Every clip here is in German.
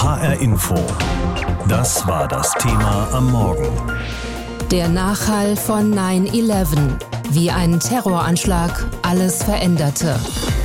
HR Info. Das war das Thema am Morgen. Der Nachhall von 9/11. Wie ein Terroranschlag alles veränderte.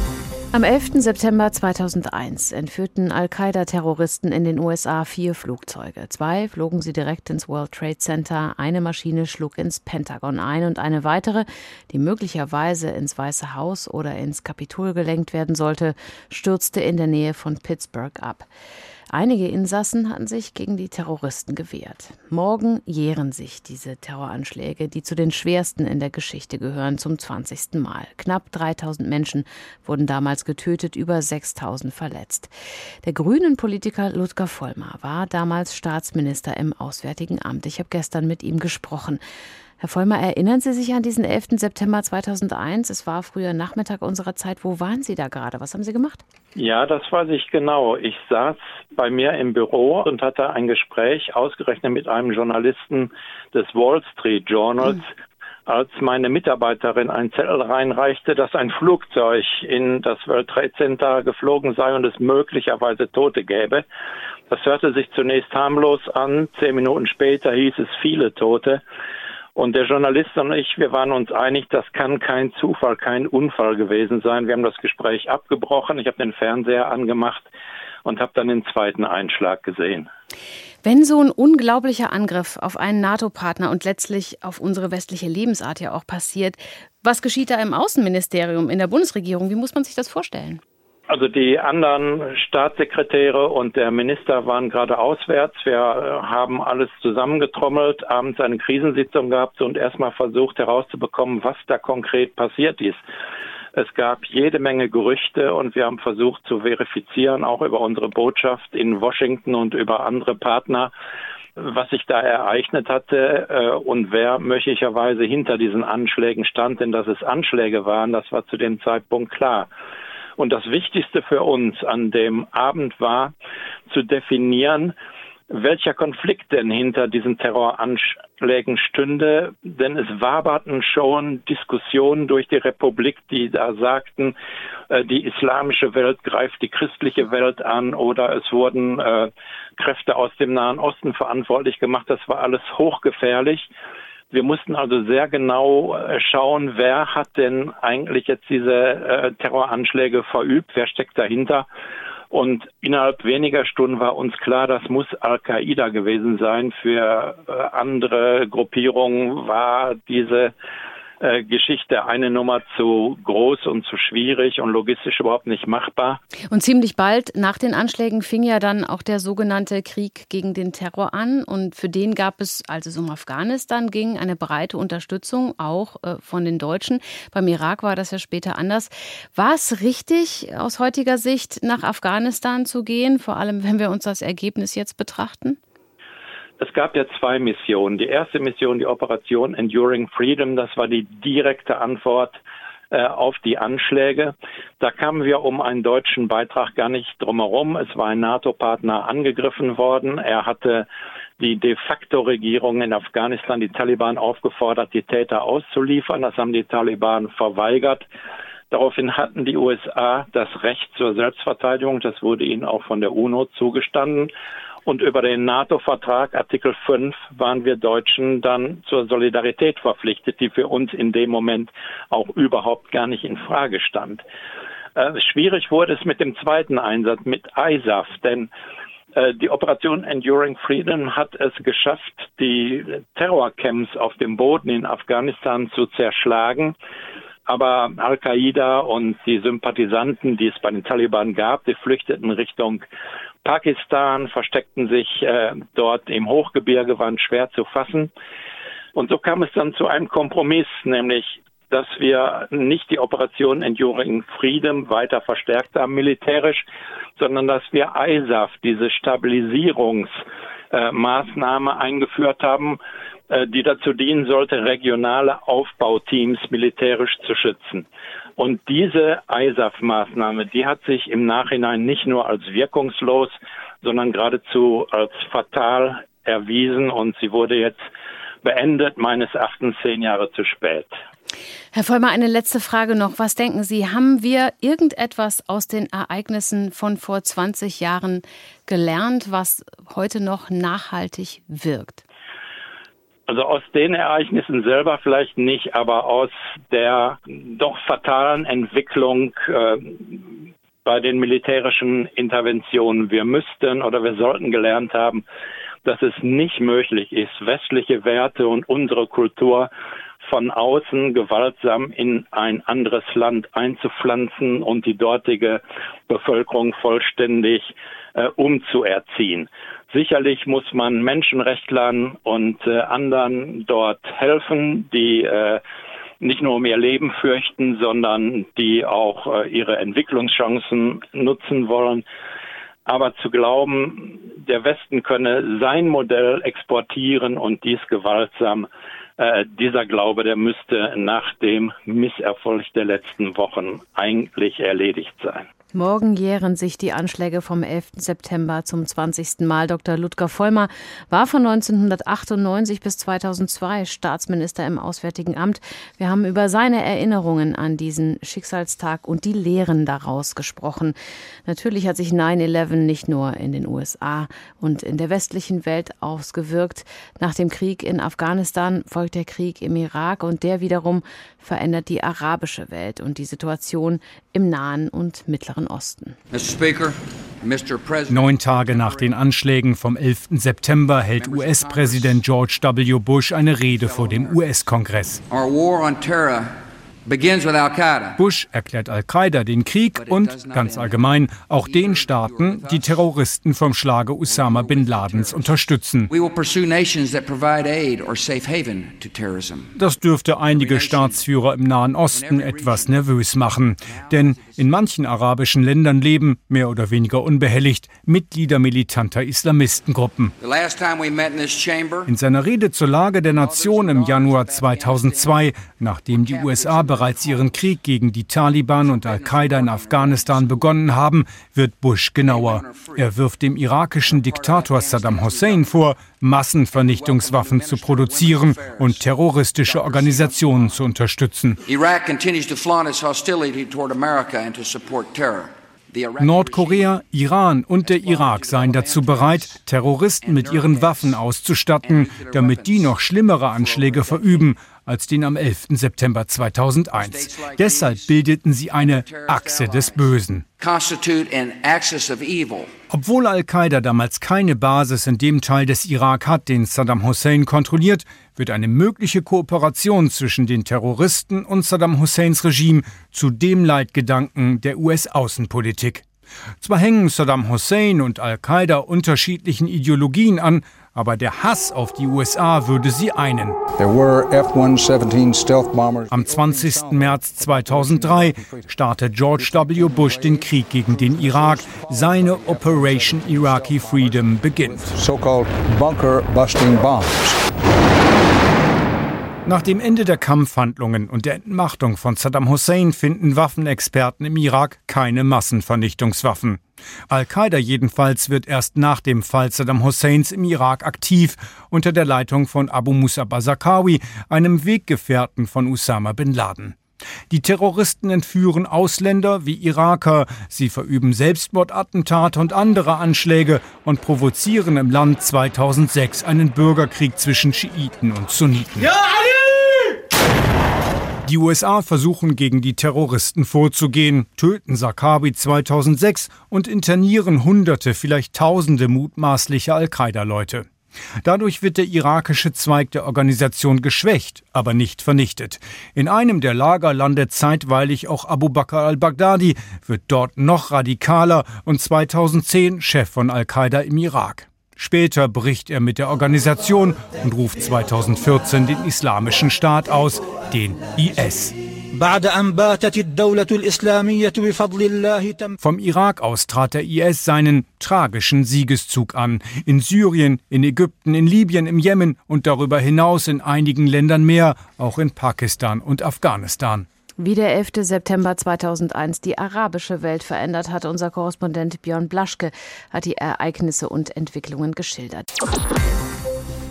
Am 11. September 2001 entführten Al-Qaida-Terroristen in den USA 4 Flugzeuge. 2 flogen sie direkt ins World Trade Center, eine Maschine schlug ins Pentagon ein und eine weitere, die möglicherweise ins Weiße Haus oder ins Kapitol gelenkt werden sollte, stürzte in der Nähe von Pittsburgh ab. Einige Insassen hatten sich gegen die Terroristen gewehrt. Morgen jähren sich diese Terroranschläge, die zu den schwersten in der Geschichte gehören, zum 20. Mal. Knapp 3000 Menschen wurden damals getötet, über 6000 verletzt. Der Grünen-Politiker Ludger Vollmar war damals Staatsminister im Auswärtigen Amt. Ich habe gestern mit ihm gesprochen. Herr Vollmar, erinnern Sie sich an diesen 11. September 2001? Es war früher Nachmittag unserer Zeit. Wo waren Sie da gerade? Was haben Sie gemacht? Ja, das weiß ich genau. Ich saß bei mir im Büro und hatte ein Gespräch ausgerechnet mit einem Journalisten des Wall Street Journals, als meine Mitarbeiterin einen Zettel reinreichte, dass ein Flugzeug in das World Trade Center geflogen sei und es möglicherweise Tote gäbe. Das hörte sich zunächst harmlos an. 10 Minuten später hieß es viele Tote. Und der Journalist und ich, wir waren uns einig, das kann kein Zufall, kein Unfall gewesen sein. Wir haben das Gespräch abgebrochen. Ich habe den Fernseher angemacht und habe dann den zweiten Einschlag gesehen. Wenn so ein unglaublicher Angriff auf einen NATO-Partner und letztlich auf unsere westliche Lebensart ja auch passiert, was geschieht da im Außenministerium, in der Bundesregierung? Wie muss man sich das vorstellen? Also die anderen Staatssekretäre und der Minister waren gerade auswärts. Wir haben alles zusammengetrommelt, abends eine Krisensitzung gehabt und erstmal versucht herauszubekommen, was da konkret passiert ist. Es gab jede Menge Gerüchte und wir haben versucht zu verifizieren, auch über unsere Botschaft in Washington und über andere Partner, was sich da ereignet hatte und wer möglicherweise hinter diesen Anschlägen stand. Denn dass es Anschläge waren, das war zu dem Zeitpunkt klar. Und das Wichtigste für uns an dem Abend war, zu definieren, welcher Konflikt denn hinter diesen Terroranschlägen stünde. Denn es waberten schon Diskussionen durch die Republik, die da sagten, die islamische Welt greift die christliche Welt an oder es wurden Kräfte aus dem Nahen Osten verantwortlich gemacht. Das war alles hochgefährlich. Wir mussten also sehr genau schauen, wer hat denn eigentlich jetzt diese Terroranschläge verübt, wer steckt dahinter. Und innerhalb weniger Stunden war uns klar, das muss Al-Qaida gewesen sein. Für andere Gruppierungen war diese Geschichte eine Nummer zu groß und zu schwierig und logistisch überhaupt nicht machbar. Und ziemlich bald nach den Anschlägen fing ja dann auch der sogenannte Krieg gegen den Terror an. Und für den gab es, als es um Afghanistan ging, eine breite Unterstützung, auch von den Deutschen. Beim Irak war das ja später anders. War es richtig, aus heutiger Sicht nach Afghanistan zu gehen, vor allem wenn wir uns das Ergebnis jetzt betrachten? Es gab ja 2 Missionen. Die erste Mission, die Operation Enduring Freedom, das war die direkte Antwort auf die Anschläge. Da kamen wir um einen deutschen Beitrag gar nicht drumherum. Es war ein NATO-Partner angegriffen worden. Er hatte die de facto Regierung in Afghanistan, die Taliban, aufgefordert, die Täter auszuliefern. Das haben die Taliban verweigert. Daraufhin hatten die USA das Recht zur Selbstverteidigung. Das wurde ihnen auch von der UNO zugestanden. Und über den NATO-Vertrag, Artikel 5, waren wir Deutschen dann zur Solidarität verpflichtet, die für uns in dem Moment auch überhaupt gar nicht in Frage stand. Schwierig wurde es mit dem zweiten Einsatz, mit ISAF, denn die Operation Enduring Freedom hat es geschafft, die Terrorcamps auf dem Boden in Afghanistan zu zerschlagen. Aber Al-Qaida und die Sympathisanten, die es bei den Taliban gab, die flüchteten Richtung Pakistan, versteckten sich dort im Hochgebirge, waren schwer zu fassen. Und so kam es dann zu einem Kompromiss, nämlich, dass wir nicht die Operation Enduring Freedom weiter verstärkt haben militärisch, sondern dass wir ISAF, diese Stabilisierungsmaßnahme eingeführt haben, die dazu dienen sollte, regionale Aufbauteams militärisch zu schützen. Und diese ISAF-Maßnahme, die hat sich im Nachhinein nicht nur als wirkungslos, sondern geradezu als fatal erwiesen und sie wurde jetzt beendet, meines Erachtens 10 Jahre zu spät. Herr Vollmer, eine letzte Frage noch. Was denken Sie, haben wir irgendetwas aus den Ereignissen von vor 20 Jahren gelernt, was heute noch nachhaltig wirkt? Also aus den Ereignissen selber vielleicht nicht, aber aus der doch fatalen Entwicklung bei den militärischen Interventionen. Wir müssten oder wir sollten gelernt haben, dass es nicht möglich ist, westliche Werte und unsere Kultur von außen gewaltsam in ein anderes Land einzupflanzen und die dortige Bevölkerung vollständig umzuerziehen. Sicherlich muss man Menschenrechtlern und anderen dort helfen, die nicht nur um ihr Leben fürchten, sondern die auch ihre Entwicklungschancen nutzen wollen. Aber zu glauben, der Westen könne sein Modell exportieren und dies gewaltsam, dieser Glaube, der müsste nach dem Misserfolg der letzten Wochen eigentlich erledigt sein. Morgen jähren sich die Anschläge vom 11. September zum 20. Mal. Dr. Ludger Vollmer war von 1998 bis 2002 Staatsminister im Auswärtigen Amt. Wir haben über seine Erinnerungen an diesen Schicksalstag und die Lehren daraus gesprochen. Natürlich hat sich 9/11 nicht nur in den USA und in der westlichen Welt ausgewirkt. Nach dem Krieg in Afghanistan folgt der Krieg im Irak und der wiederum verändert die arabische Welt und die Situation im Nahen und Mittleren Osten. 9 Tage nach den Anschlägen vom 11. September hält US-Präsident George W. Bush eine Rede vor dem US-Kongress. Bush erklärt Al-Qaida den Krieg und, ganz allgemein, auch den Staaten, die Terroristen vom Schlage Usama bin Ladens unterstützen. Das dürfte einige Staatsführer im Nahen Osten etwas nervös machen. Denn in manchen arabischen Ländern leben, mehr oder weniger unbehelligt, Mitglieder militanter Islamistengruppen. In seiner Rede zur Lage der Nation im Januar 2002, nachdem die USA bereits ihren Krieg gegen die Taliban und Al-Qaida in Afghanistan begonnen haben, wird Bush genauer. Er wirft dem irakischen Diktator Saddam Hussein vor, Massenvernichtungswaffen zu produzieren und terroristische Organisationen zu unterstützen. Nordkorea, Iran und der Irak seien dazu bereit, Terroristen mit ihren Waffen auszustatten, damit die noch schlimmere Anschläge verüben als den am 11. September 2001. Deshalb bildeten sie eine Achse des Bösen. Obwohl Al-Qaida damals keine Basis in dem Teil des Irak hat, den Saddam Hussein kontrolliert, wird eine mögliche Kooperation zwischen den Terroristen und Saddam Husseins Regime zu dem Leitgedanken der US-Außenpolitik. Zwar hängen Saddam Hussein und Al-Qaida unterschiedlichen Ideologien an, aber der Hass auf die USA würde sie einen. Am 20. März 2003 startet George W. Bush den Krieg gegen den Irak. Seine Operation Iraqi Freedom beginnt. Nach dem Ende der Kampfhandlungen und der Entmachtung von Saddam Hussein finden Waffenexperten im Irak keine Massenvernichtungswaffen. Al-Qaida jedenfalls wird erst nach dem Fall Saddam Husseins im Irak aktiv, unter der Leitung von Abu Musab al-Zarqawi, einem Weggefährten von Usama bin Laden. Die Terroristen entführen Ausländer wie Iraker, sie verüben Selbstmordattentate und andere Anschläge und provozieren im Land 2006 einen Bürgerkrieg zwischen Schiiten und Sunniten. Ja, Ali! Die USA versuchen gegen die Terroristen vorzugehen, töten Zarqawi 2006 und internieren Hunderte, vielleicht Tausende mutmaßlicher Al-Qaida-Leute. Dadurch wird der irakische Zweig der Organisation geschwächt, aber nicht vernichtet. In einem der Lager landet zeitweilig auch Abu Bakr al-Baghdadi, wird dort noch radikaler und 2010 Chef von Al-Qaida im Irak. Später bricht er mit der Organisation und ruft 2014 den Islamischen Staat aus, den IS. Vom Irak aus trat der IS seinen tragischen Siegeszug an. In Syrien, in Ägypten, in Libyen, im Jemen und darüber hinaus in einigen Ländern mehr, auch in Pakistan und Afghanistan. Wie der 11. September 2001 die arabische Welt verändert hat, unser Korrespondent Björn Blaschke hat die Ereignisse und Entwicklungen geschildert.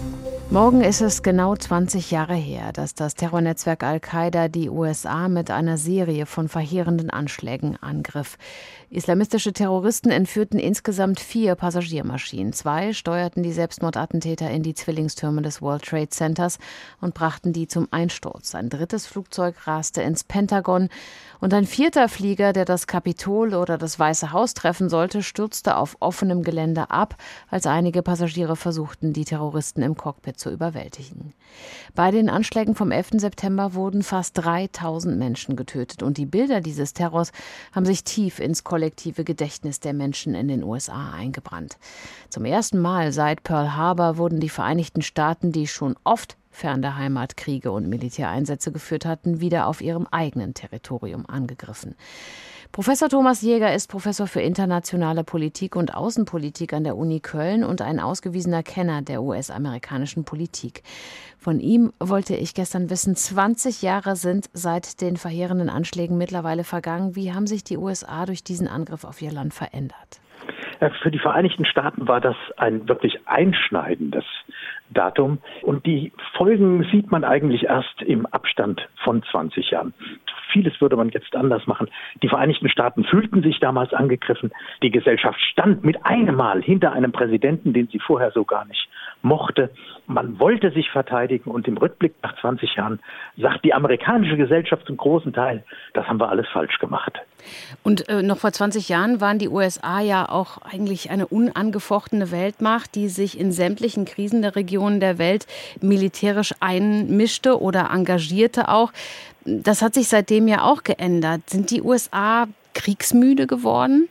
Morgen ist es genau 20 Jahre her, dass das Terrornetzwerk Al-Qaida die USA mit einer Serie von verheerenden Anschlägen angriff. Islamistische Terroristen entführten insgesamt 4 Passagiermaschinen. 2 steuerten die Selbstmordattentäter in die Zwillingstürme des World Trade Centers und brachten die zum Einsturz. Ein 3. Flugzeug raste ins Pentagon und ein 4. Flieger, der das Kapitol oder das Weiße Haus treffen sollte, stürzte auf offenem Gelände ab, als einige Passagiere versuchten, die Terroristen im Cockpit zu überwältigen. Bei den Anschlägen vom 11. September wurden fast 3000 Menschen getötet und die Bilder dieses Terrors haben sich tief ins kollektive Gedächtnis der Menschen in den USA eingebrannt. Zum ersten Mal seit Pearl Harbor wurden die Vereinigten Staaten, die schon oft fern der Heimat Kriege und Militäreinsätze geführt hatten, wieder auf ihrem eigenen Territorium angegriffen. Professor Thomas Jäger ist Professor für internationale Politik und Außenpolitik an der Uni Köln und ein ausgewiesener Kenner der US-amerikanischen Politik. Von ihm wollte ich gestern wissen, 20 Jahre sind seit den verheerenden Anschlägen mittlerweile vergangen. Wie haben sich die USA durch diesen Angriff auf ihr Land verändert? Für die Vereinigten Staaten war das ein wirklich einschneidendes Datum. Und die Folgen sieht man eigentlich erst im Abstand von 20 Jahren. Vieles würde man jetzt anders machen. Die Vereinigten Staaten fühlten sich damals angegriffen. Die Gesellschaft stand mit einem Mal hinter einem Präsidenten, den sie vorher so gar nicht mochte. Man wollte sich verteidigen und im Rückblick nach 20 Jahren sagt die amerikanische Gesellschaft zum großen Teil, das haben wir alles falsch gemacht. Und noch vor 20 Jahren waren die USA ja auch eigentlich eine unangefochtene Weltmacht, die sich in sämtlichen Krisen der Regionen der Welt militärisch einmischte oder engagierte auch. Das hat sich seitdem ja auch geändert. Sind die USA kriegsmüde geworden?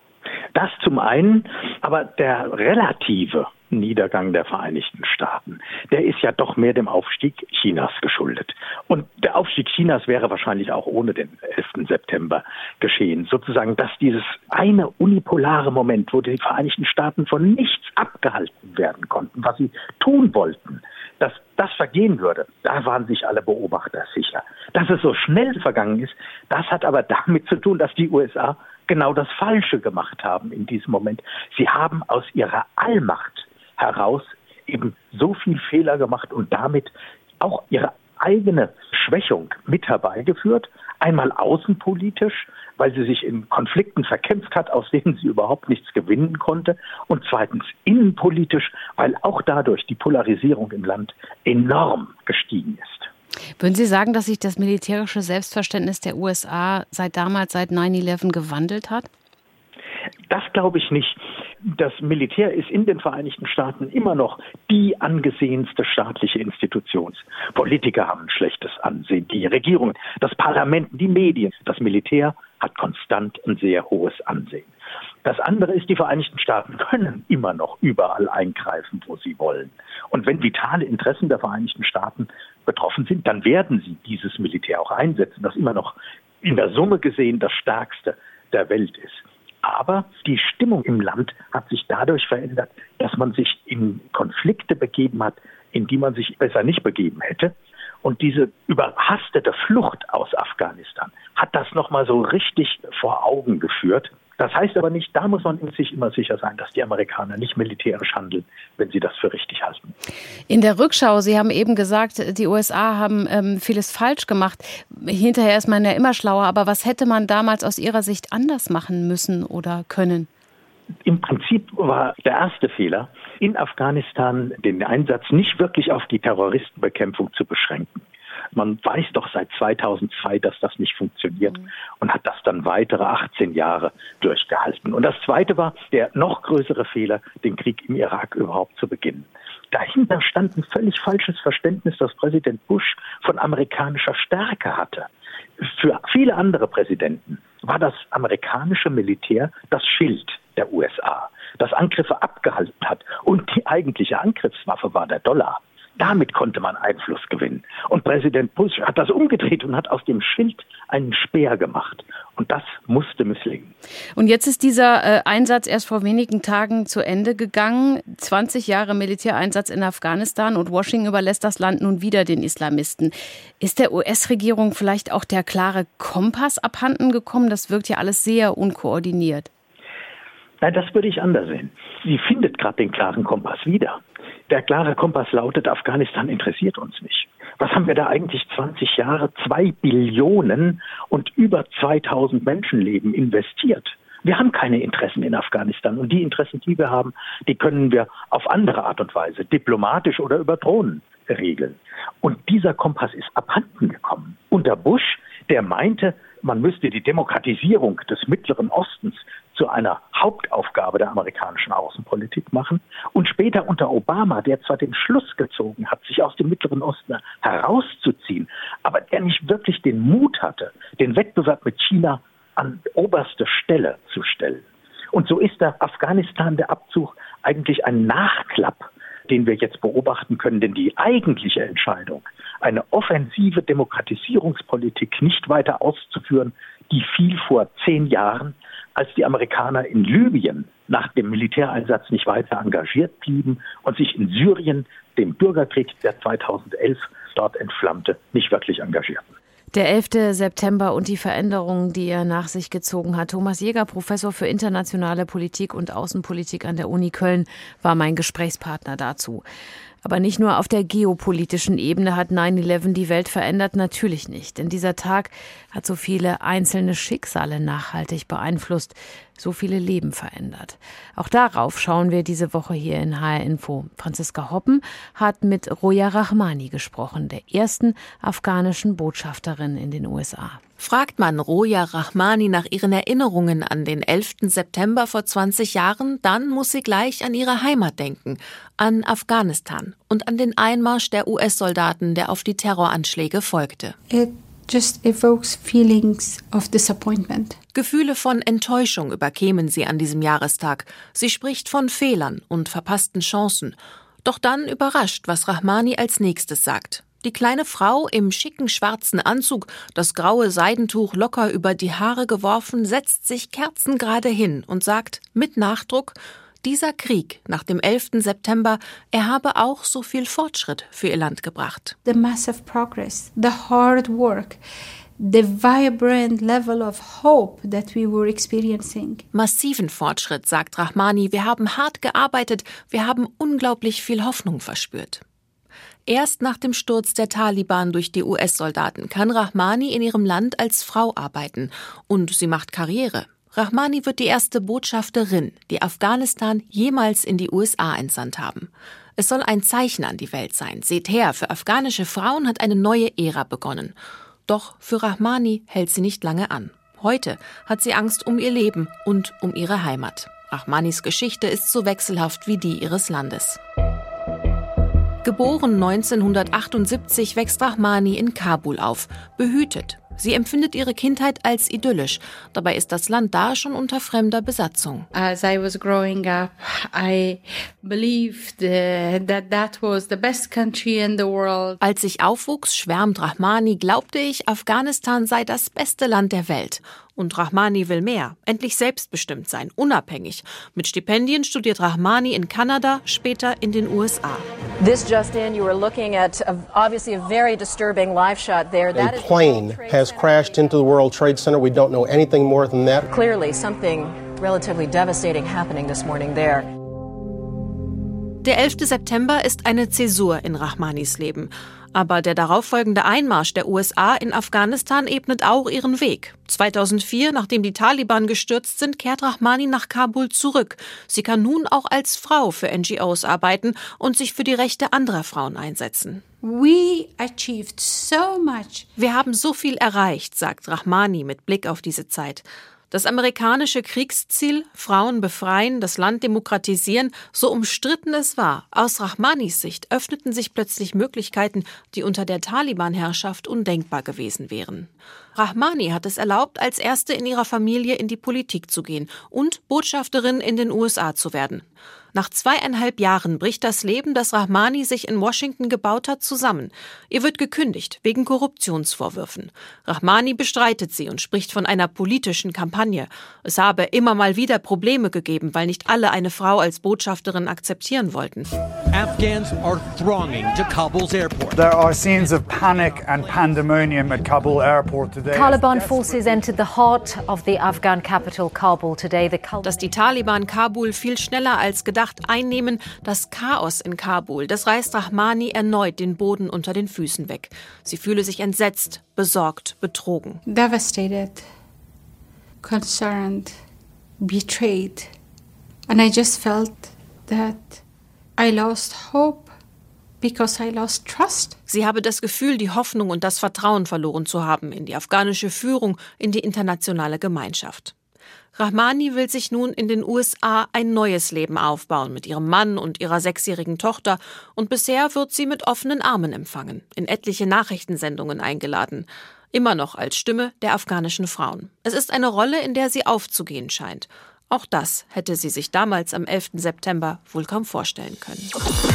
Das zum einen, aber der relative Niedergang der Vereinigten Staaten, der ist ja doch mehr dem Aufstieg Chinas geschuldet. Und der Aufstieg Chinas wäre wahrscheinlich auch ohne den 11. September geschehen. Sozusagen, dass dieses eine unipolare Moment, wo die Vereinigten Staaten von nichts abgehalten werden konnten, was sie tun wollten, dass das vergehen würde, da waren sich alle Beobachter sicher. Dass es so schnell vergangen ist, das hat aber damit zu tun, dass die USA genau das Falsche gemacht haben in diesem Moment. Sie haben aus ihrer Allmacht heraus eben so viel Fehler gemacht und damit auch ihre eigene Schwächung mit herbeigeführt. Einmal außenpolitisch, weil sie sich in Konflikten verkämpft hat, aus denen sie überhaupt nichts gewinnen konnte. Und zweitens innenpolitisch, weil auch dadurch die Polarisierung im Land enorm gestiegen ist. Würden Sie sagen, dass sich das militärische Selbstverständnis der USA seit 9/11 gewandelt hat? Das glaube ich nicht. Das Militär ist in den Vereinigten Staaten immer noch die angesehenste staatliche Institution. Politiker haben ein schlechtes Ansehen, die Regierungen, das Parlament, die Medien. Das Militär hat konstant ein sehr hohes Ansehen. Das andere ist, die Vereinigten Staaten können immer noch überall eingreifen, wo sie wollen. Und wenn vitale Interessen der Vereinigten Staaten betroffen sind, dann werden sie dieses Militär auch einsetzen, das immer noch in der Summe gesehen das stärkste der Welt ist. Aber die Stimmung im Land hat sich dadurch verändert, dass man sich in Konflikte begeben hat, in die man sich besser nicht begeben hätte. Und diese überhastete Flucht aus Afghanistan hat das nochmal so richtig vor Augen geführt. Das heißt aber nicht, da muss man sich immer sicher sein, dass die Amerikaner nicht militärisch handeln, wenn sie das für richtig halten. In der Rückschau, Sie haben eben gesagt, die USA haben vieles falsch gemacht. Hinterher ist man ja immer schlauer. Aber was hätte man damals aus Ihrer Sicht anders machen müssen oder können? Im Prinzip war der erste Fehler, in Afghanistan den Einsatz nicht wirklich auf die Terroristenbekämpfung zu beschränken. Man weiß doch seit 2002, dass das nicht funktioniert und hat das dann weitere 18 Jahre durchgehalten. Und das Zweite war der noch größere Fehler, den Krieg im Irak überhaupt zu beginnen. Dahinter stand ein völlig falsches Verständnis, das Präsident Bush von amerikanischer Stärke hatte. Für viele andere Präsidenten war das amerikanische Militär das Schild der USA, das Angriffe abgehalten hat. Und die eigentliche Angriffswaffe war der Dollar. Damit konnte man Einfluss gewinnen. Und Präsident Bush hat das umgedreht und hat aus dem Schild einen Speer gemacht. Und das musste misslingen. Und jetzt ist dieser Einsatz erst vor wenigen Tagen zu Ende gegangen. 20 Jahre Militäreinsatz in Afghanistan und Washington überlässt das Land nun wieder den Islamisten. Ist der US-Regierung vielleicht auch der klare Kompass abhanden gekommen? Das wirkt ja alles sehr unkoordiniert. Nein, das würde ich anders sehen. Sie findet gerade den klaren Kompass wieder. Der klare Kompass lautet, Afghanistan interessiert uns nicht. Was haben wir da eigentlich 20 Jahre, 2 Billionen und über 2000 Menschenleben investiert? Wir haben keine Interessen in Afghanistan und die Interessen, die wir haben, die können wir auf andere Art und Weise, diplomatisch oder über Drohnen regeln. Und dieser Kompass ist abhanden gekommen. Unter Bush, der meinte, man müsste die Demokratisierung des Mittleren Ostens zu einer Hauptaufgabe der amerikanischen Außenpolitik machen. Und später unter Obama, der zwar den Schluss gezogen hat, sich aus dem Mittleren Osten herauszuziehen, aber der nicht wirklich den Mut hatte, den Wettbewerb mit China an oberste Stelle zu stellen. Und so ist der Afghanistan, der Abzug, eigentlich ein Nachklapp, den wir jetzt beobachten können. Denn die eigentliche Entscheidung, eine offensive Demokratisierungspolitik nicht weiter auszuführen, die fiel vor 10 Jahren, als die Amerikaner in Libyen nach dem Militäreinsatz nicht weiter engagiert blieben und sich in Syrien, dem Bürgerkrieg, der 2011 dort entflammte, nicht wirklich engagierten. Der 11. September und die Veränderungen, die er nach sich gezogen hat. Thomas Jäger, Professor für internationale Politik und Außenpolitik an der Uni Köln, war mein Gesprächspartner dazu. Aber nicht nur auf der geopolitischen Ebene hat 9/11 die Welt verändert, natürlich nicht. Denn dieser Tag hat so viele einzelne Schicksale nachhaltig beeinflusst, so viele Leben verändert. Auch darauf schauen wir diese Woche hier in HR Info. Franziska Hoppen hat mit Roya Rahmani gesprochen, der ersten afghanischen Botschafterin in den USA. Fragt man Roya Rahmani nach ihren Erinnerungen an den 11. September vor 20 Jahren, dann muss sie gleich an ihre Heimat denken, an Afghanistan und an den Einmarsch der US-Soldaten, der auf die Terroranschläge folgte. It just evokes feelings of disappointment. Gefühle von Enttäuschung überkämen sie an diesem Jahrestag. Sie spricht von Fehlern und verpassten Chancen. Doch dann überrascht, was Rahmani als nächstes sagt. Die kleine Frau im schicken schwarzen Anzug, das graue Seidentuch locker über die Haare geworfen, setzt sich kerzengerade hin und sagt mit Nachdruck, dieser Krieg nach dem 11. September, er habe auch so viel Fortschritt für ihr Land gebracht. The massive progress, the hard work, the vibrant level of hope that we were experiencing. Massiven Fortschritt, sagt Rahmani. Wir haben hart gearbeitet, wir haben unglaublich viel Hoffnung verspürt. Erst nach dem Sturz der Taliban durch die US-Soldaten kann Rahmani in ihrem Land als Frau arbeiten. Und sie macht Karriere. Rahmani wird die erste Botschafterin, die Afghanistan jemals in die USA entsandt haben. Es soll ein Zeichen an die Welt sein. Seht her, für afghanische Frauen hat eine neue Ära begonnen. Doch für Rahmani hält sie nicht lange an. Heute hat sie Angst um ihr Leben und um ihre Heimat. Rahmanis Geschichte ist so wechselhaft wie die ihres Landes. Geboren 1978 wächst Rahmani in Kabul auf, behütet. Sie empfindet ihre Kindheit als idyllisch. Dabei ist das Land da schon unter fremder Besatzung. As I was growing up, I believed that was the best country in the world. Als ich aufwuchs, schwärmt Rahmani, glaubte ich, Afghanistan sei das beste Land der Welt. Und Rahmani will mehr, endlich selbstbestimmt sein, unabhängig. Mit Stipendien studiert Rahmani in Kanada, später in den USA. This just in, you were looking at obviously a very disturbing live shot there. A plane has crashed into the World Trade Center. We don't know anything more than that. Clearly something relatively devastating happening this morning there. Der 11. September ist eine Zäsur in Rahmanis Leben. Aber der darauffolgende Einmarsch der USA in Afghanistan ebnet auch ihren Weg. 2004, nachdem die Taliban gestürzt sind, kehrt Rahmani nach Kabul zurück. Sie kann nun auch als Frau für NGOs arbeiten und sich für die Rechte anderer Frauen einsetzen. We achieved so much. Wir haben so viel erreicht, sagt Rahmani mit Blick auf diese Zeit. Das amerikanische Kriegsziel, Frauen befreien, das Land demokratisieren, so umstritten es war, aus Rahmanis Sicht öffneten sich plötzlich Möglichkeiten, die unter der Taliban-Herrschaft undenkbar gewesen wären. Rahmani hat es erlaubt, als erste in ihrer Familie in die Politik zu gehen und Botschafterin in den USA zu werden. Nach 2,5 Jahren bricht das Leben, das Rahmani sich in Washington gebaut hat, zusammen. Ihr wird gekündigt wegen Korruptionsvorwürfen. Rahmani bestreitet sie und spricht von einer politischen Kampagne. Es habe immer mal wieder Probleme gegeben, weil nicht alle eine Frau als Botschafterin akzeptieren wollten. Afghans are thronging to Kabul's airport. There are scenes of panic and pandemonium at Kabul airport. Taliban forces entered the heart of the Afghan capital Kabul today. Dass die Taliban Kabul viel schneller als gedacht einnehmen, das Chaos in Kabul, das reißt Rahmani erneut den Boden unter den Füßen weg. Sie fühle sich entsetzt, besorgt, betrogen. Devastated, concerned, betrayed. And I just felt that I lost hope. Because I lost trust. Sie habe das Gefühl, die Hoffnung und das Vertrauen verloren zu haben in die afghanische Führung, in die internationale Gemeinschaft. Rahmani will sich nun in den USA ein neues Leben aufbauen mit ihrem Mann und ihrer 6-jährigen Tochter. Und bisher wird sie mit offenen Armen empfangen, in etliche Nachrichtensendungen eingeladen. Immer noch als Stimme der afghanischen Frauen. Es ist eine Rolle, in der sie aufzugehen scheint. Auch das hätte sie sich damals am 11. September wohl kaum vorstellen können.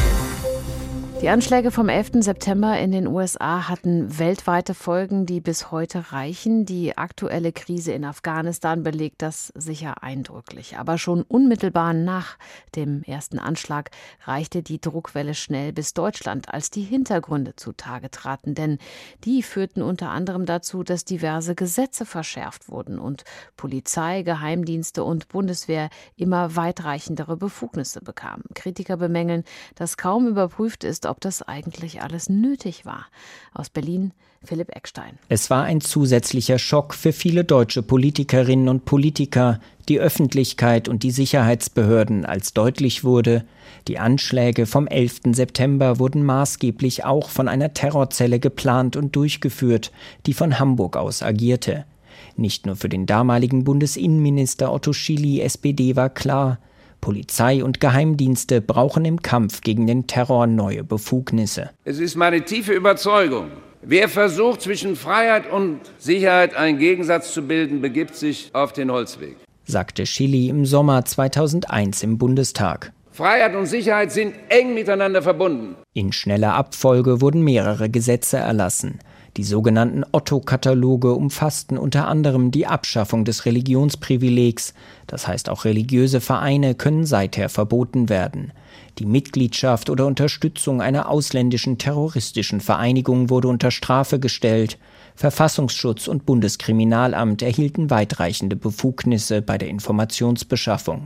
Die Anschläge vom 11. September in den USA hatten weltweite Folgen, die bis heute reichen. Die aktuelle Krise in Afghanistan belegt das sicher eindrücklich. Aber schon unmittelbar nach dem ersten Anschlag reichte die Druckwelle schnell bis Deutschland, als die Hintergründe zutage traten. Denn die führten unter anderem dazu, dass diverse Gesetze verschärft wurden und Polizei, Geheimdienste und Bundeswehr immer weitreichendere Befugnisse bekamen. Kritiker bemängeln, dass kaum überprüft ist, ob das eigentlich alles nötig war. Aus Berlin, Philipp Eckstein. Es war ein zusätzlicher Schock für viele deutsche Politikerinnen und Politiker, die Öffentlichkeit und die Sicherheitsbehörden, als deutlich wurde, die Anschläge vom 11. September wurden maßgeblich auch von einer Terrorzelle geplant und durchgeführt, die von Hamburg aus agierte. Nicht nur für den damaligen Bundesinnenminister Otto Schily, SPD, war klar, Polizei und Geheimdienste brauchen im Kampf gegen den Terror neue Befugnisse. Es ist meine tiefe Überzeugung, wer versucht, zwischen Freiheit und Sicherheit einen Gegensatz zu bilden, begibt sich auf den Holzweg, sagte Schily im Sommer 2001 im Bundestag. Freiheit und Sicherheit sind eng miteinander verbunden. In schneller Abfolge wurden mehrere Gesetze erlassen. Die sogenannten Otto-Kataloge umfassten unter anderem die Abschaffung des Religionsprivilegs, das heißt auch religiöse Vereine können seither verboten werden. Die Mitgliedschaft oder Unterstützung einer ausländischen terroristischen Vereinigung wurde unter Strafe gestellt. Verfassungsschutz und Bundeskriminalamt erhielten weitreichende Befugnisse bei der Informationsbeschaffung.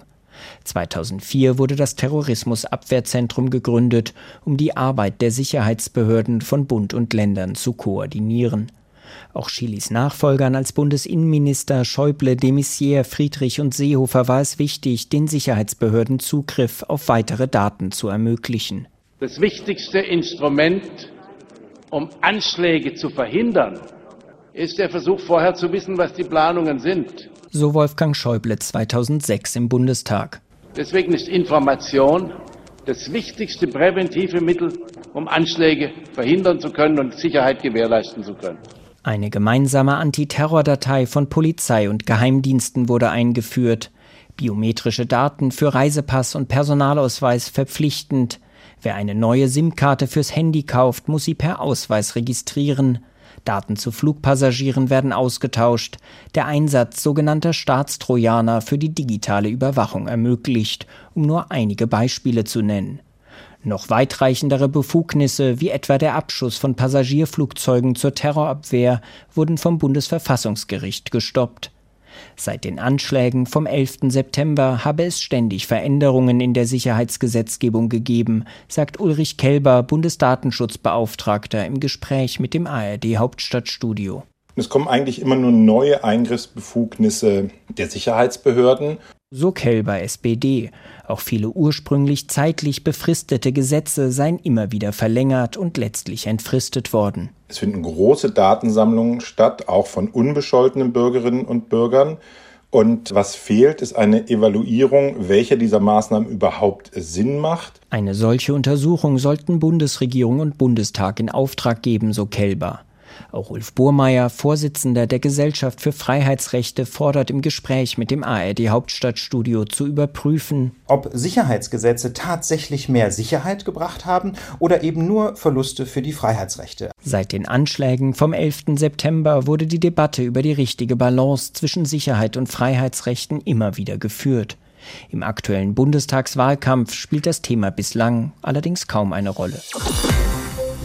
2004 wurde das Terrorismusabwehrzentrum gegründet, um die Arbeit der Sicherheitsbehörden von Bund und Ländern zu koordinieren. Auch Schilys Nachfolgern als Bundesinnenminister Schäuble, de Maizière, Friedrich und Seehofer war es wichtig, den Sicherheitsbehörden Zugriff auf weitere Daten zu ermöglichen. Das wichtigste Instrument, um Anschläge zu verhindern, ist der Versuch, vorher zu wissen, was die Planungen sind. So Wolfgang Schäuble 2006 im Bundestag. Deswegen ist Information das wichtigste präventive Mittel, um Anschläge verhindern zu können und Sicherheit gewährleisten zu können. Eine gemeinsame Antiterrordatei von Polizei und Geheimdiensten wurde eingeführt. Biometrische Daten für Reisepass und Personalausweis verpflichtend. Wer eine neue SIM-Karte fürs Handy kauft, muss sie per Ausweis registrieren. Daten zu Flugpassagieren werden ausgetauscht. Der Einsatz sogenannter Staatstrojaner für die digitale Überwachung ermöglicht, um nur einige Beispiele zu nennen. Noch weitreichendere Befugnisse, wie etwa der Abschuss von Passagierflugzeugen zur Terrorabwehr, wurden vom Bundesverfassungsgericht gestoppt. Seit den Anschlägen vom 11. September habe es ständig Veränderungen in der Sicherheitsgesetzgebung gegeben, sagt Ulrich Kelber, Bundesdatenschutzbeauftragter, im Gespräch mit dem ARD-Hauptstadtstudio. Es kommen eigentlich immer nur neue Eingriffsbefugnisse der Sicherheitsbehörden. So Kelber, SPD. Auch viele ursprünglich zeitlich befristete Gesetze seien immer wieder verlängert und letztlich entfristet worden. Es finden große Datensammlungen statt, auch von unbescholtenen Bürgerinnen und Bürgern. Und was fehlt, ist eine Evaluierung, welche dieser Maßnahmen überhaupt Sinn macht. Eine solche Untersuchung sollten Bundesregierung und Bundestag in Auftrag geben, so Kelber. Auch Ulf Burmeier, Vorsitzender der Gesellschaft für Freiheitsrechte, fordert im Gespräch mit dem ARD-Hauptstadtstudio zu überprüfen, ob Sicherheitsgesetze tatsächlich mehr Sicherheit gebracht haben oder eben nur Verluste für die Freiheitsrechte. Seit den Anschlägen vom 11. September wurde die Debatte über die richtige Balance zwischen Sicherheit und Freiheitsrechten immer wieder geführt. Im aktuellen Bundestagswahlkampf spielt das Thema bislang allerdings kaum eine Rolle.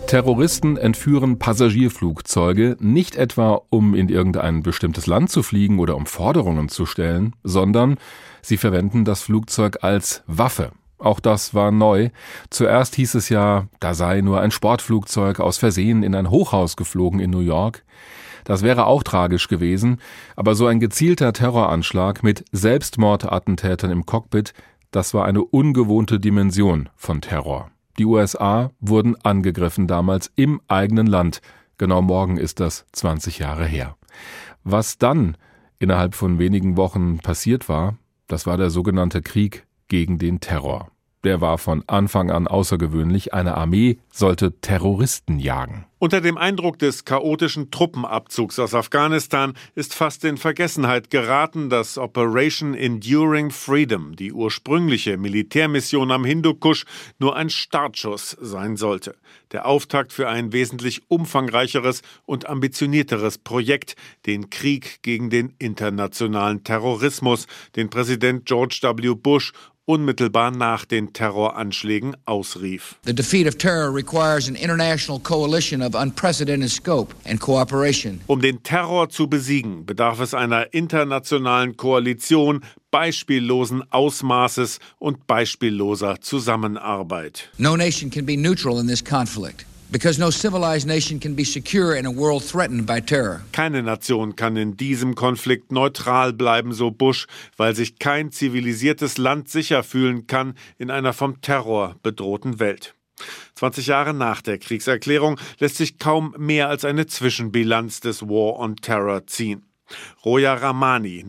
Terroristen entführen Passagierflugzeuge nicht etwa, um in irgendein bestimmtes Land zu fliegen oder um Forderungen zu stellen, sondern sie verwenden das Flugzeug als Waffe. Auch das war neu. Zuerst hieß es ja, da sei nur ein Sportflugzeug aus Versehen in ein Hochhaus geflogen in New York. Das wäre auch tragisch gewesen, aber so ein gezielter Terroranschlag mit Selbstmordattentätern im Cockpit, das war eine ungewohnte Dimension von Terror. Die USA wurden angegriffen damals im eigenen Land. Genau morgen ist das 20 Jahre her. Was dann innerhalb von wenigen Wochen passiert war, das war der sogenannte Krieg gegen den Terror. Der war von Anfang an außergewöhnlich. Eine Armee sollte Terroristen jagen. Unter dem Eindruck des chaotischen Truppenabzugs aus Afghanistan ist fast in Vergessenheit geraten, dass Operation Enduring Freedom, die ursprüngliche Militärmission am Hindukusch, nur ein Startschuss sein sollte. Der Auftakt für ein wesentlich umfangreicheres und ambitionierteres Projekt, den Krieg gegen den internationalen Terrorismus, den Präsident George W. Bush unmittelbar nach den Terroranschlägen ausrief. The defeat of terror requires an international coalition of unprecedented scope and cooperation. Um den Terror zu besiegen, bedarf es einer internationalen Koalition beispiellosen Ausmaßes und beispielloser Zusammenarbeit. No nation can be neutral in this conflict. Because no civilized nation can be secure in a world threatened by terror. Keine Nation kann in diesem Konflikt neutral bleiben, so Bush, weil sich kein zivilisiertes Land sicher fühlen kann in einer vom Terror bedrohten Welt. 20 Jahre nach der Kriegserklärung lässt sich kaum mehr als eine Zwischenbilanz des War on Terror ziehen. Roja Rahmani,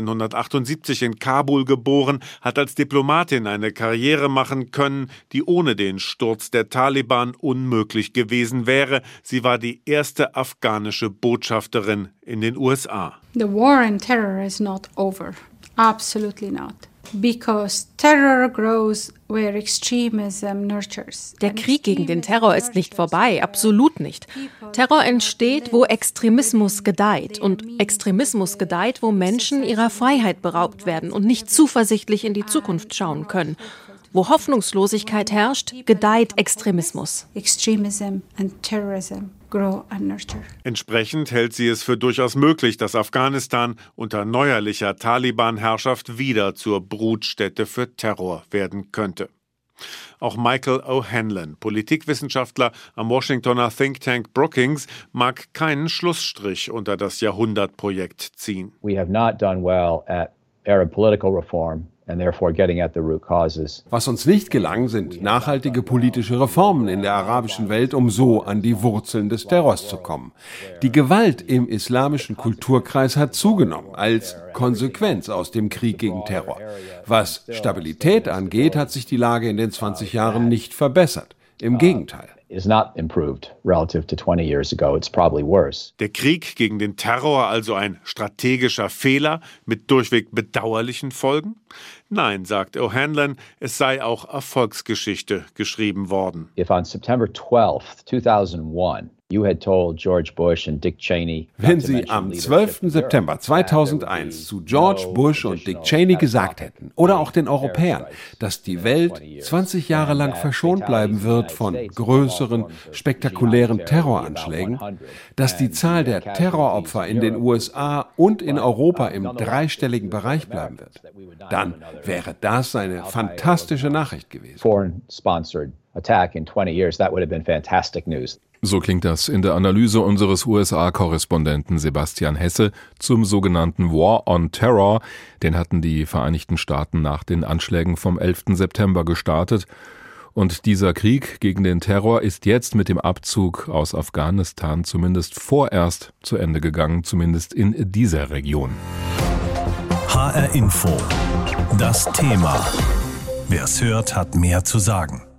1978 in Kabul geboren, hat als Diplomatin eine Karriere machen können, die ohne den Sturz der Taliban unmöglich gewesen wäre. Sie war die erste afghanische Botschafterin in den USA. The war on terror is not over. Absolutely not. Because terror grows where extremism nurtures. Der Krieg gegen den Terror ist nicht vorbei, absolut nicht. Terror entsteht, wo Extremismus gedeiht. Und Extremismus gedeiht, wo Menschen ihrer Freiheit beraubt werden und nicht zuversichtlich in die Zukunft schauen können. Wo Hoffnungslosigkeit herrscht, gedeiht Extremismus. Extremism and terrorism grow and nurture. Entsprechend hält sie es für durchaus möglich, dass Afghanistan unter neuerlicher Taliban-Herrschaft wieder zur Brutstätte für Terror werden könnte. Auch Michael O'Hanlon, Politikwissenschaftler am Washingtoner Think Tank Brookings, mag keinen Schlussstrich unter das Jahrhundertprojekt ziehen. We have not done well at Arab political reform. And therefore getting at the root causes. Was uns nicht gelang, sind nachhaltige politische Reformen in der arabischen Welt, um so an die Wurzeln des Terrors zu kommen. Die Gewalt im islamischen Kulturkreis hat zugenommen, als Konsequenz aus dem Krieg gegen Terror. Was Stabilität angeht, hat sich die Lage in den 20 Jahren nicht verbessert. Im Gegenteil. Is not improved relative to 20 years ago. It's probably worse. Der Krieg gegen den Terror also ein strategischer Fehler mit durchweg bedauerlichen Folgen? Nein, sagt O'Hanlon, es sei auch Erfolgsgeschichte geschrieben worden. If on September 12th, 2001, you had told George Bush and Dick Cheney, wenn Sie am 12. September 2001 zu George Bush und Dick Cheney gesagt hätten, oder auch den Europäern, dass die Welt 20 Jahre lang verschont bleiben wird von größeren, spektakulären Terroranschlägen, dass die Zahl der Terroropfer in den USA und in Europa im dreistelligen Bereich bleiben wird, dann wäre das eine fantastische Nachricht gewesen. Foreign-sponsored attack in 20 years, that would have been fantastic news. So klingt das in der Analyse unseres USA-Korrespondenten Sebastian Hesse zum sogenannten War on Terror. Den hatten die Vereinigten Staaten nach den Anschlägen vom 11. September gestartet. Und dieser Krieg gegen den Terror ist jetzt mit dem Abzug aus Afghanistan zumindest vorerst zu Ende gegangen, zumindest in dieser Region. HR Info. Das Thema. Wer es hört, hat mehr zu sagen.